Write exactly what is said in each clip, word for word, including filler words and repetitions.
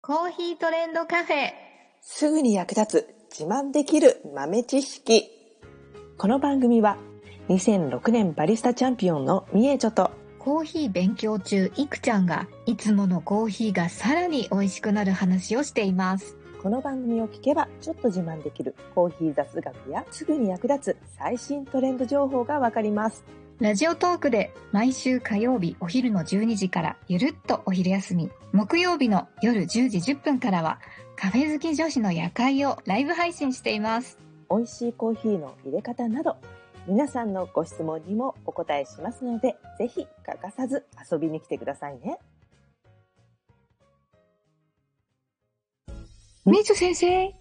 コーヒートレンドカフェ。 すぐに役立つ自慢できる豆知識。この番組はにせんろくねんバリスタチャンピオンのみえちょとコーヒー勉強中いくちゃんがいつものコーヒーがさらに美味しくなる話をしています。 この番組を聞けばちょっと自慢できるコーヒー雑学やすぐに役立つ最新トレンド情報がわかります。 ラジオトークで毎週火曜日お昼のじゅうにじからゆるっとお昼休み、木曜日の夜じゅうじじゅっぷんからはカフェ好き女子の夜会をライブ配信しています。 美味しいコーヒーの入れ方など皆さんのご質問にもお答えしますので、ぜひ欠かさず遊びに来てくださいね。 めいちょ先生。 はい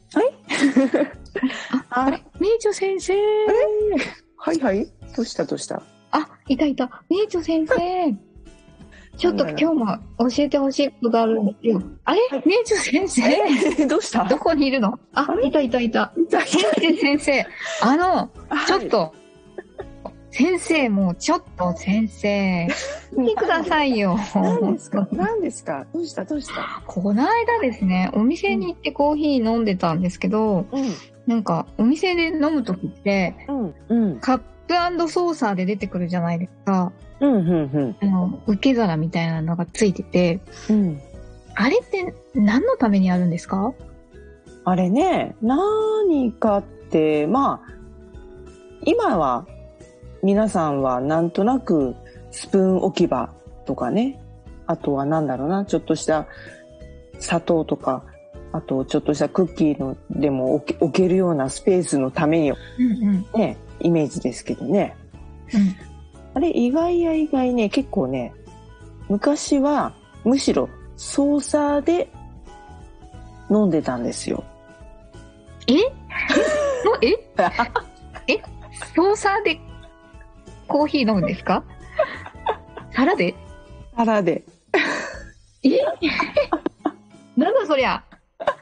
あ、あれめいちょ先生。 はいはい。どうしたどうしたあ、いたいた。めいちょ先生。ちょっと今日も教えてほしいことがあるんですよ。あれ、はい、めいちょ先生。 どうしたどこにいるの？あ、あいたいたいた。先生先生。あの、はい、ちょっと、先生もうちょっと先生。見てくださいよ。 何ですか何ですかどうしたどうしたこの間ですね、お店に行ってコーヒー飲んでたんですけど、うん、なんかお店で飲むときって、うんうん、カップ&ソーサーで出てくるじゃないですか。うんうんうん、あの受け皿みたいなのがついてて、うん、あれって何のためにあるんですか？ あれね、何かってまあ今は皆さんはなんとなくスプーン置き場とかね、あとはなんだろうな、ちょっとした砂糖とか、あとちょっとしたクッキーのでも置け、置けるようなスペースのために、うんうんね、イメージですけどね、うん、あれ意外や意外ね、結構ね、昔はむしろソーサーで飲んでたんですよ。 えええソーサーでコーヒー飲むんですか？皿で皿でえなんだそりゃ。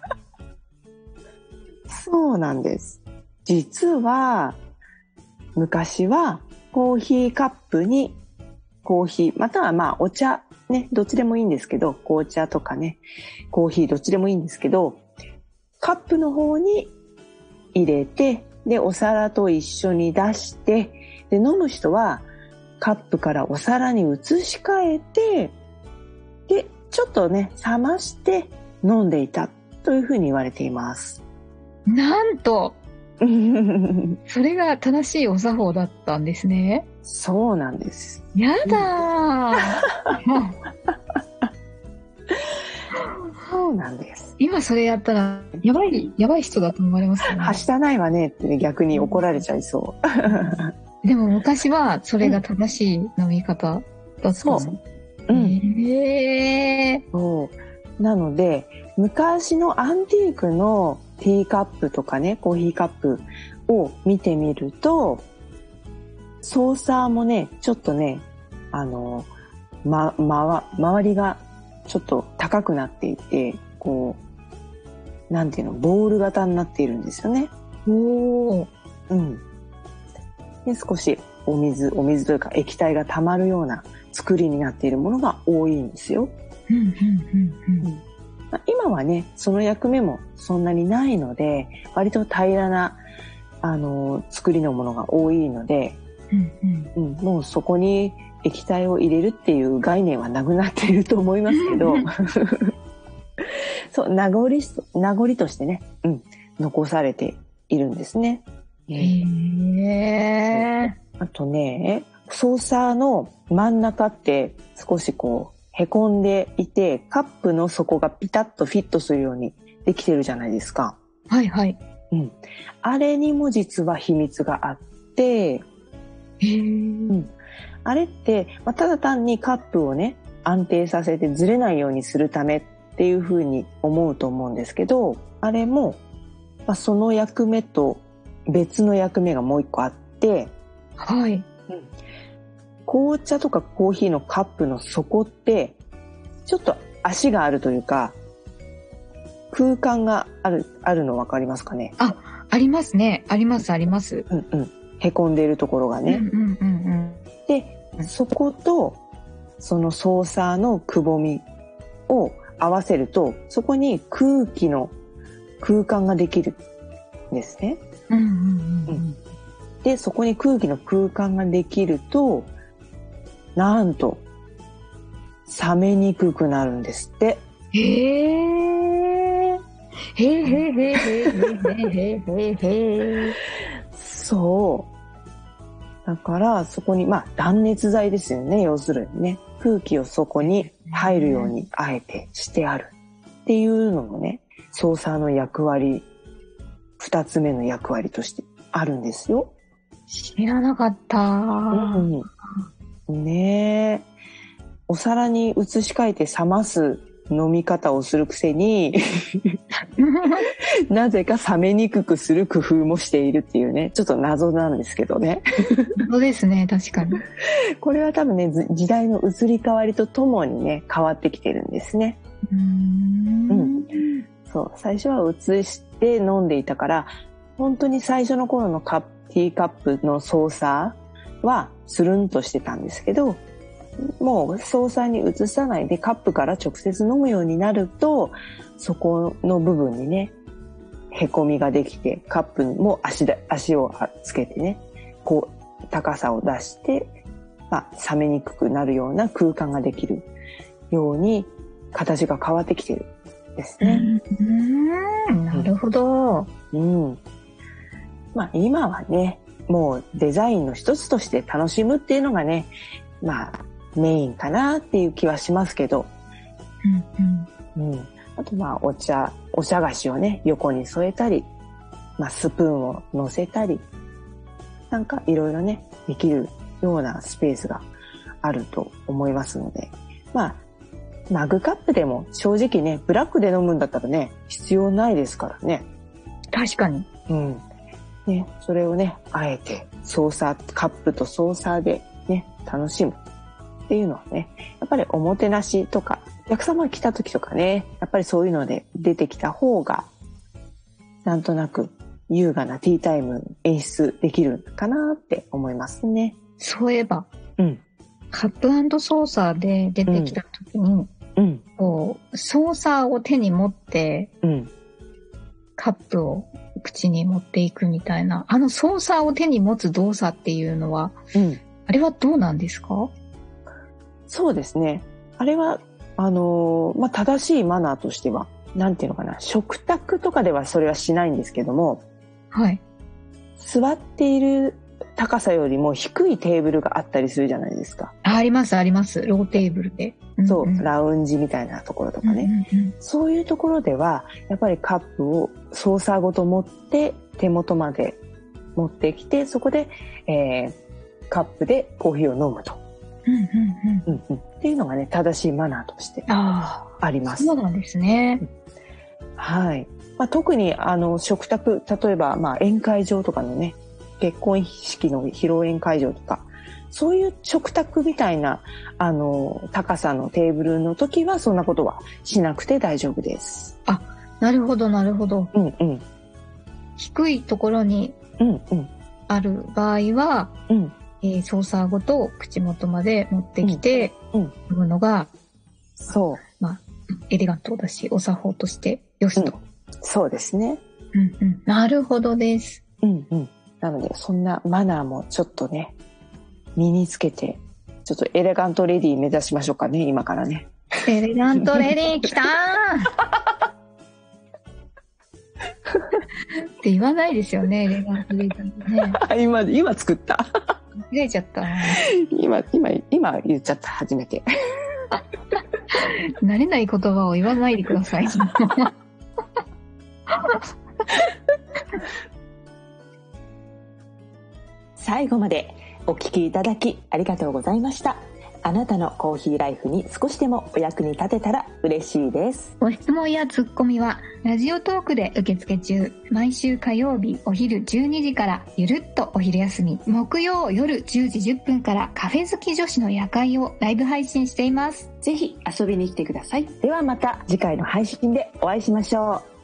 そうなんです。実は昔はコーヒーカップにコーヒーまたはまあお茶ね、どっちでもいいんですけど、紅茶とかね、コーヒーどっちでもいいんですけど、カップの方に入れて、でお皿と一緒に出して、で飲む人はカップからお皿に移し替えて、でちょっとね冷まして飲んでいたというふうに言われています。 なんとそれが正しいお作法だったんですね。 そうなんです。 やだーそうなんです。 今それやったらやばいやばい人だと思われますよね。 はしたないわねって、ね、逆に怒られちゃいそう。 でも昔はそれが正しい飲み方だったの。そう。うん。へー。 そう。なので昔のアンティークのティーカップとかね、コーヒーカップを見てみると、ソーサーもね、ちょっとね、あの、ま、ま、周りがちょっと高くなっていて、こう、なんていうの、ボール型になっているんですよね。 おー。 うん。で、少しお水、お水というか液体が溜まるような作りになっているものが多いんですよ。うんうんうんうん、今はね、その役目もそんなにないので、割と平らな、あの、作りのものが多いので、うんうんうん、もうそこに液体を入れるっていう概念はなくなっていると思いますけど、そう、名残、名残としてね、うん、残されているんですね。 へー。 あとね、ソーサーの真ん中って少しこうへこんでいて、カップの底がピタッとフィットするようにできてるじゃないですか。 はいはい。 うん、あれにも実は秘密があって、 へー。 うん、あれって、まあ、ただ単にカップをね安定させてずれないようにするためっていうふうに思うと思うんですけど、あれも、まあ、その役目と別の役目がもう一個あって、 はい。うん、 紅茶とかコーヒーのカップの底ってちょっと足があるというか空間があるあるの分かりますかね？ あ、ありますね。ありますあります。 うんうん。へこんでいるところがね。うんうんうんうん、で、そことそのソーサーのくぼみを合わせると、そこに空気の空間ができるんですね。 うんうんうんうん、 で、そこに空気の空間ができると、なんと、冷めにくくなるんですって。 へー。へーへーへーへーへーへーへーへー。 そう。だから、そこに、まあ、断熱材ですよね、要するにね。空気をそこに入るように、あえてしてある。っていうのもね、ソーサーの役割、二つ目の役割としてあるんですよ。 知らなかった。うん 、ねえ。お皿に移し替えて冷ます飲み方をするくせになぜか冷めにくくする工夫もしているっていうね、ちょっと謎なんですけどね。 そうですね、確かに。 これは多分ね、時代の移り変わりとともにね、変わってきてるんですね。 うーん、 うん、そう、最初は移して飲んでいたから、本当に最初の頃のカップティーカップの操作はスルンとしてたんですけど、もう操作に移さないでカップから直接飲むようになると、そこの部分にね、へこみができて、カップにも足だ、足をつけてね、こう高さを出して、まあ、冷めにくくなるような空間ができるように形が変わってきてるんですね。 うーん、なるほど。 うん。まあ今はね、もうデザインの一つとして楽しむっていうのがね、まあメインかなっていう気はしますけど。うんうん。うん。あとまあお茶、お茶菓子をね、横に添えたり、まあスプーンを乗せたり、なんかいろいろね、できるようなスペースがあると思いますので、まあ、マグカップでも正直ね、ブラックで飲むんだったらね、必要ないですからね。 確かに。 うん。ね、それをね、あえて、ソーサー、カップとソーサーでね、楽しむっていうのはね、やっぱりおもてなしとか、お客様が来た時とかね、やっぱりそういうので出てきた方が、なんとなく優雅なティータイム演出できるかなって思いますね。 そういえば、 うん。 カップ&ソーサーで出てきた時に、うん、こう、ソーサーを手に持って、うん、カップを口に持っていくみたいな、あのソーサーを手に持つ動作っていうのは、うん、あれはどうなんですか？ そうですね。あれは、あのー、まあ、正しいマナーとしては、なんていうのかな、食卓とかではそれはしないんですけども、 はい。 座っている高さよりも低いテーブルがあったりするじゃないですか。 あ、ありますあります。ローテーブルで。 そう、うんうん、ラウンジみたいなところとかね、うんうんうん。そういうところでは、やっぱりカップをソーサーごと持って手元まで持ってきて、そこで、えー、カップでコーヒーを飲むと。うんうんうんうんうん、っていうのがね、正しいマナーとしてあります。 そうなんですね。 はい。まあ、特にあの食卓、例えばまあ宴会場とかのね、結婚式の披露宴会場とか、そういう食卓みたいなあの高さのテーブルの時はそんなことはしなくて大丈夫です。 あ、なるほどなるほど。 うんうん。 低いところにある場合は、うんうん、えー、ソーサーごと口元まで持ってきて飲むのが、 そう、 まあエレガントだし、お作法としてよしと。うん、 そうですね。 うんうん。なるほどです。 うんうん。なのでそんなマナーもちょっとね身につけて、ちょっとエレガントレディ目指しましょうかね、今からね。 エレガントレディ来たーって言わないですよね、エレガントレディね。 今今作った。 間違えちゃった。 今今今言っちゃった、初めて。 慣れない言葉を言わないでください。 最後までお聞きいただきありがとうございました。あなたのコーヒーライフに少しでもお役に立てたら嬉しいです。 ご質問やツッコミはラジオトークで受付中。毎週火曜日お昼じゅうにじからゆるっとお昼休み、木曜夜じゅうじじゅっぷんからカフェ好き女子の夜会をライブ配信しています。 ぜひ遊びに来てください。ではまた次回の配信でお会いしましょう。